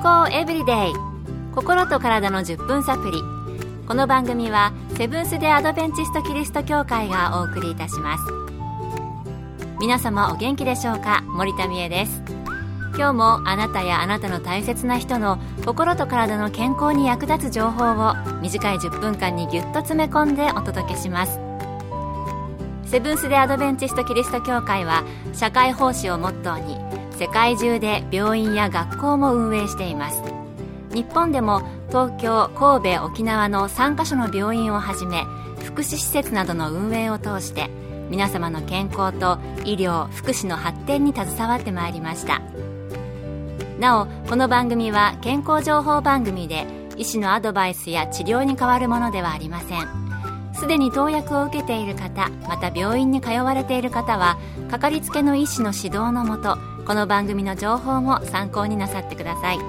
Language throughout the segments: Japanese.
康エブリデイ、心と体の10分サプリ。この番組はセブンス・デ・アドベンチスト・キリスト教会がお送りいたします。皆様お元気でしょうか。森田美恵です。今日もあなたやあなたの大切な人の心と体の健康に役立つ情報を短い10分間にぎゅっと詰め込んでお届けします。セブンス・デ・アドベンチスト・キリスト教会は社会奉仕をモットーに世界中で病院や学校も運営しています。日本でも東京、神戸、沖縄の3カ所の病院をはじめ福祉施設などの運営を通して皆様の健康と医療・福祉の発展に携わってまいりました。なお、この番組は健康情報番組で医師のアドバイスや治療に代わるものではありません。すでに投薬を受けている方、また病院に通われている方はかかりつけの医師の指導のもと、この番組の情報も参考になさってください。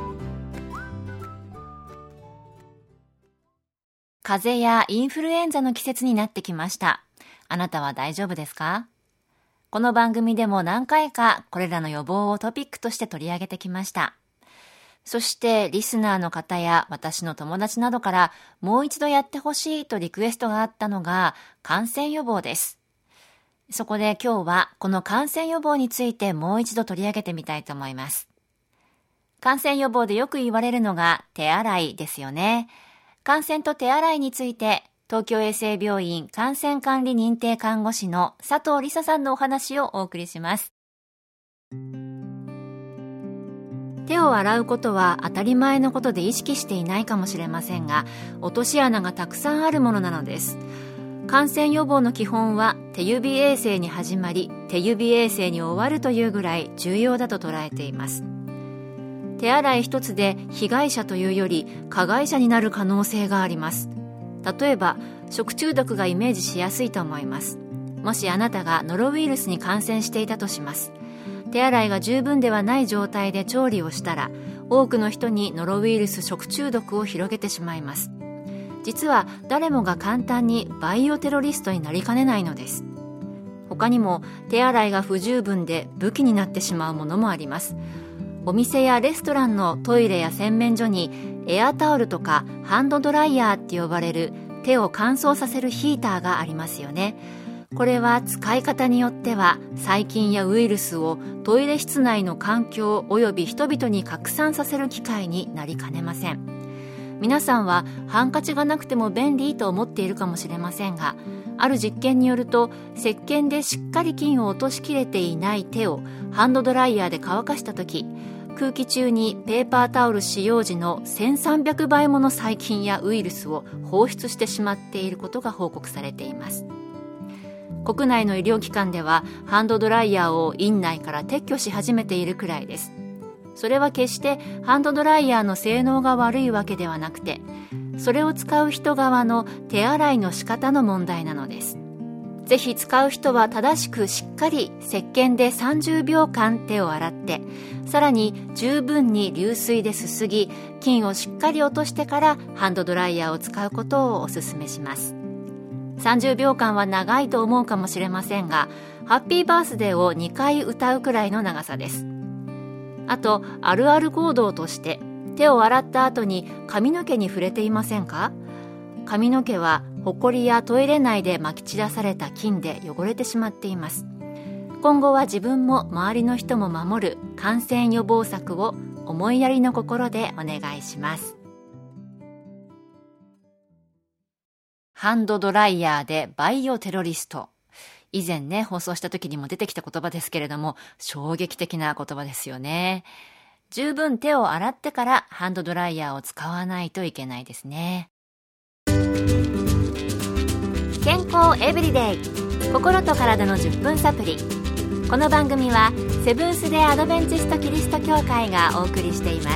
風邪やインフルエンザの季節になってきました。あなたは大丈夫ですか？この番組でも何回かこれらの予防をトピックとして取り上げてきました。そしてリスナーの方や私の友達などからもう一度やってほしいとリクエストがあったのが感染予防です。そこで今日はこの感染予防についてもう一度取り上げてみたいと思います。感染予防でよく言われるのが手洗いですよね。感染と手洗いについて東京衛生病院感染管理認定看護師の佐藤理沙さんのお話をお送りします。手を洗うことは当たり前のことで意識していないかもしれませんが、落とし穴がたくさんあるものなのです。感染予防の基本は手指衛生に始まり、手指衛生に終わるというぐらい重要だと捉えています。手洗い一つで被害者というより加害者になる可能性があります。例えば食中毒がイメージしやすいと思います。もしあなたがノロウイルスに感染していたとします。手洗いが十分ではない状態で調理をしたら、多くの人にノロウイルス食中毒を広げてしまいます。実は誰もが簡単にバイオテロリストになりかねないのです。他にも手洗いが不十分で武器になってしまうものもあります。お店やレストランのトイレや洗面所にエアタオルとかハンドドライヤーって呼ばれる手を乾燥させるヒーターがありますよね。これは使い方によっては細菌やウイルスをトイレ室内の環境および人々に拡散させる機会になりかねません。皆さんはハンカチがなくても便利と思っているかもしれませんが、ある実験によると石鹸でしっかり菌を落としきれていない手をハンドドライヤーで乾かしたとき、空気中にペーパータオル使用時の1300倍もの細菌やウイルスを放出してしまっていることが報告されています。国内の医療機関ではハンドドライヤーを院内から撤去し始めているくらいです。それは決してハンドドライヤーの性能が悪いわけではなくて、それを使う人側の手洗いの仕方の問題なのです。ぜひ使う人は正しくしっかり石鹸で30秒間手を洗って、さらに十分に流水ですすぎ、菌をしっかり落としてからハンドドライヤーを使うことをお勧めします。30秒間は長いと思うかもしれませんが、ハッピーバースデーを2回歌うくらいの長さです。あと、あるある行動として、手を洗った後に髪の毛に触れていませんか？髪の毛はホコリやトイレ内でまき散らされた菌で汚れてしまっています。今後は自分も周りの人も守る感染予防策を思いやりの心でお願いします。ハンドドライヤーでバイオテロリスト。以前ね、放送した時にも出てきた言葉ですけれども、衝撃的な言葉ですよね。十分手を洗ってからハンドドライヤーを使わないといけないですね。健康エブリデイ、心と体の10分サプリ。この番組はセブンス・デ・アドベンチスト・キリスト教会がお送りしています。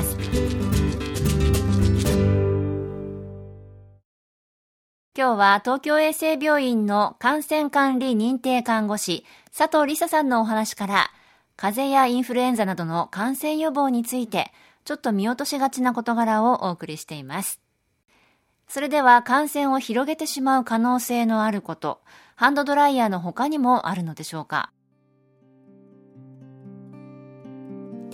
今日は東京衛生病院の感染管理認定看護師佐藤理沙さんのお話から、風邪やインフルエンザなどの感染予防についてちょっと見落としがちな事柄をお送りしています。それでは感染を広げてしまう可能性のあること、ハンドドライヤーの他にもあるのでしょうか。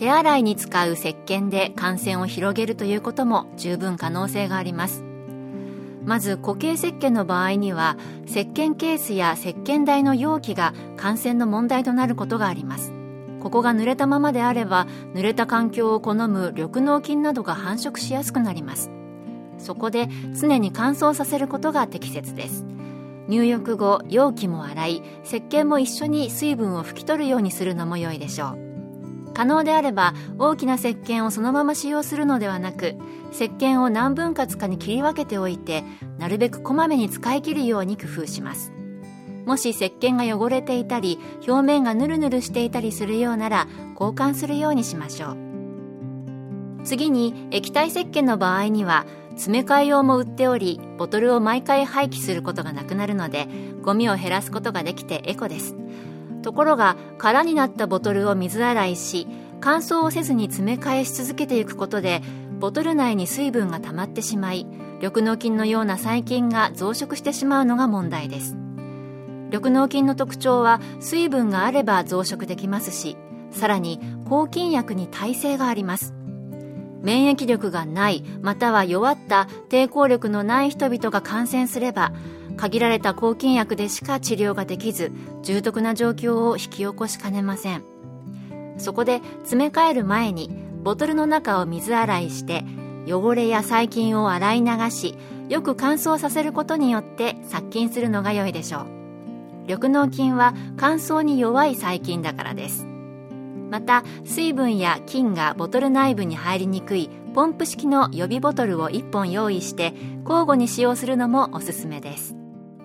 手洗いに使う石鹸で感染を広げるということも十分可能性があります。まず固形石鹸の場合には、石鹸ケースや石鹸台の容器が感染の問題となることがあります。ここが濡れたままであれば、濡れた環境を好む緑膿菌などが繁殖しやすくなります。そこで常に乾燥させることが適切です。入浴後、容器も洗い、石鹸も一緒に水分を拭き取るようにするのも良いでしょう。可能であれば大きな石鹸をそのまま使用するのではなく、石鹸を何分割かに切り分けておいて、なるべくこまめに使い切るように工夫します。もし石鹸が汚れていたり、表面がヌルヌルしていたりするようなら交換するようにしましょう。次に液体石鹸の場合には、詰め替え用も売っており、ボトルを毎回廃棄することがなくなるので、ゴミを減らすことができてエコです。ところが、空になったボトルを水洗いし、乾燥をせずに詰め替えし続けていくことで、ボトル内に水分が溜まってしまい、緑膿菌のような細菌が増殖してしまうのが問題です。緑膿菌の特徴は、水分があれば増殖できますし、さらに抗菌薬に耐性があります。免疫力がない、または弱った抵抗力のない人々が感染すれば、限られた抗菌薬でしか治療ができず、重篤な状況を引き起こしかねません。そこで詰め替える前にボトルの中を水洗いして、汚れや細菌を洗い流し、よく乾燥させることによって殺菌するのが良いでしょう。緑膿菌は乾燥に弱い細菌だからです。また、水分や菌がボトル内部に入りにくいポンプ式の予備ボトルを1本用意して交互に使用するのもおすすめです。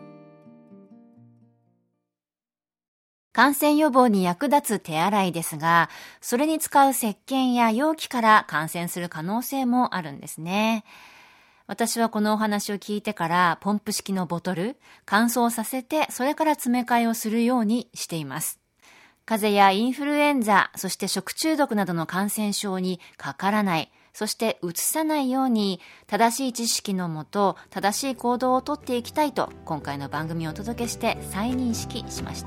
感染予防に役立つ手洗いですが、それに使う石鹸や容器から感染する可能性もあるんですね。私はこのお話を聞いてからポンプ式のボトル、乾燥させてそれから詰め替えをするようにしています。風邪やインフルエンザ、そして食中毒などの感染症にかからない、そしてうつさないように正しい知識のもと正しい行動をとっていきたいと、今回の番組をお届けして再認識しました。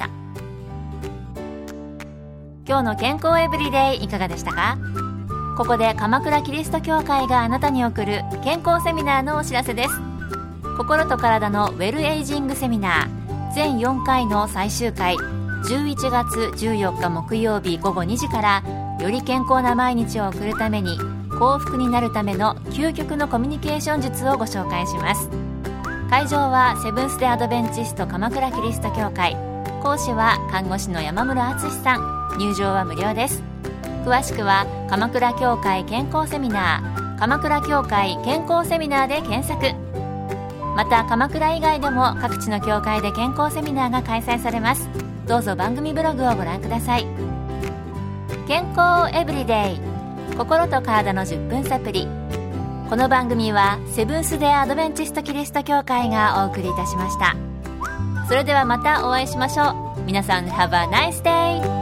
今日の健康エブリデイいかがでしたか？ここで鎌倉キリスト教会があなたに送る健康セミナーのお知らせです。心と体のウェルエイジングセミナー全4回の最終回、11月14日木曜日午後2時から、より健康な毎日を送るために幸福になるための究極のコミュニケーション術をご紹介します。会場はセブンス・デ・アドベンチスト鎌倉キリスト教会、講師は看護師の山村敦さん。入場は無料です。詳しくは鎌倉教会健康セミナー、鎌倉教会健康セミナーで検索。また鎌倉以外でも各地の教会で健康セミナーが開催されます。どうぞ番組ブログをご覧ください。健康エブリデイ、心と体の10分サプリ。この番組はセブンス・デ・アドベンチストキリスト教会がお送りいたしました。それではまたお会いしましょう。皆さん Have a nice day!